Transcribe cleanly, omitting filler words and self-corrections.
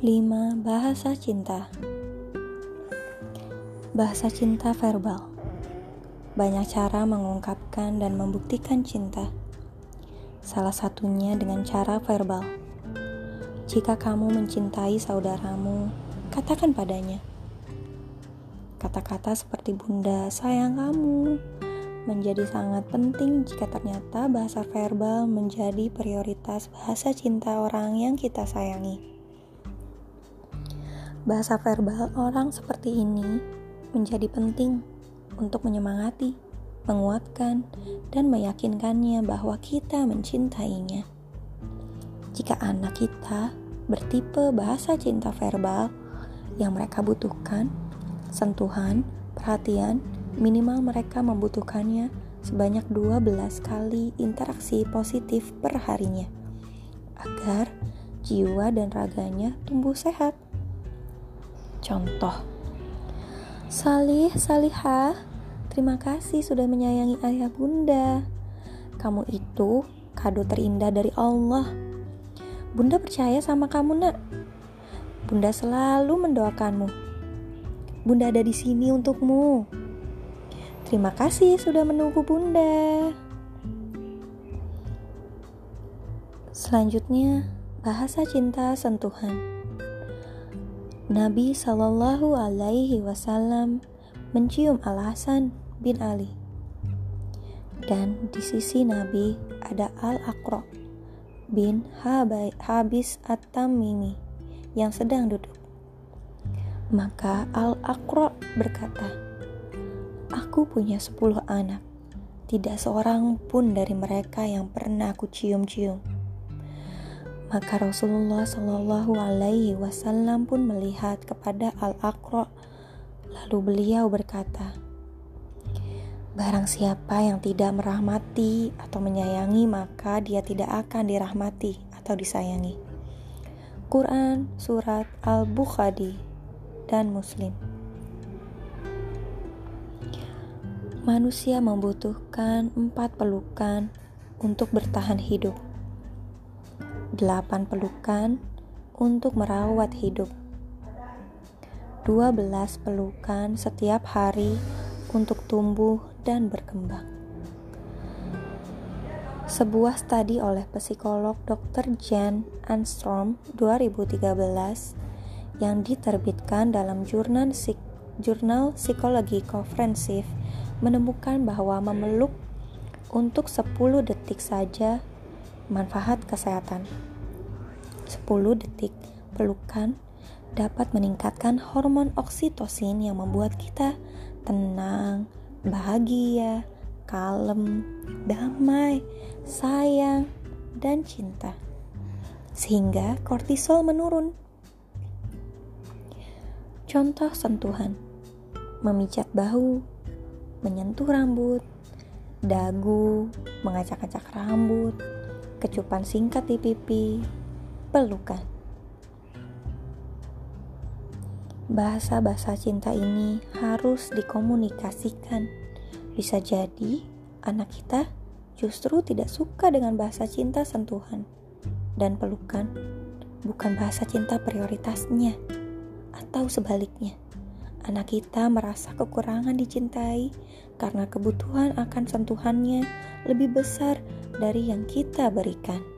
5. Bahasa cinta. Bahasa cinta verbal. Banyak cara mengungkapkan dan membuktikan cinta. Salah satunya dengan cara verbal. Jika kamu mencintai saudaramu, katakan padanya. Kata-kata seperti bunda, sayang kamu, menjadi sangat penting jika ternyata bahasa verbal menjadi prioritas bahasa cinta orang yang kita sayangi. Bahasa verbal orang seperti ini menjadi penting untuk menyemangati, menguatkan, dan meyakinkannya bahwa kita mencintainya. Jika anak kita bertipe bahasa cinta verbal yang mereka butuhkan, sentuhan, perhatian, minimal mereka membutuhkannya sebanyak 12 kali interaksi positif per harinya, agar jiwa dan raganya tumbuh sehat. Contoh, Salih, Salihah, terima kasih sudah menyayangi ayah bunda. Kamu itu kado terindah dari Allah. Bunda percaya sama kamu, nak. Bunda selalu mendoakanmu. Bunda ada di sini untukmu. Terima kasih sudah menunggu bunda. Selanjutnya, bahasa cinta sentuhan. Nabi Shallallahu Alaihi Wasallam mencium Al-Hasan bin Ali, dan di sisi Nabi ada Al-Aqra bin Habis At-Tamimi yang sedang duduk. Maka Al-Aqra berkata, "Aku punya 10 anak, tidak seorang pun dari mereka yang pernah aku cium-cium." Maka Rasulullah Shallallahu Alaihi Wasallam pun melihat kepada Al-Aqra, lalu beliau berkata, "Barang siapa yang tidak merahmati atau menyayangi, maka dia tidak akan dirahmati atau disayangi." Quran Surat Al-Bukhari dan Muslim. Manusia membutuhkan 4 pelukan untuk bertahan hidup, 8 pelukan untuk merawat hidup, 12 pelukan setiap hari untuk tumbuh dan berkembang. Sebuah studi oleh psikolog Dr. Jan Armstrong 2013 yang diterbitkan dalam jurnal psikologi komprehensif menemukan bahwa memeluk untuk 10 detik saja manfaat kesehatan. 10 detik pelukan dapat meningkatkan hormon oksitosin yang membuat kita tenang, bahagia, kalem, damai, sayang, dan cinta, sehingga kortisol menurun. Contoh sentuhan: memijat bahu, menyentuh rambut, dagu, mengacak-acak rambut, kecupan singkat di pipi, pelukan. Bahasa-bahasa cinta ini harus dikomunikasikan. Bisa jadi anak kita justru tidak suka dengan bahasa cinta sentuhan dan pelukan, bukan bahasa cinta prioritasnya. Atau sebaliknya, anak kita merasa kekurangan dicintai karena kebutuhan akan sentuhannya lebih besar dari yang kita berikan.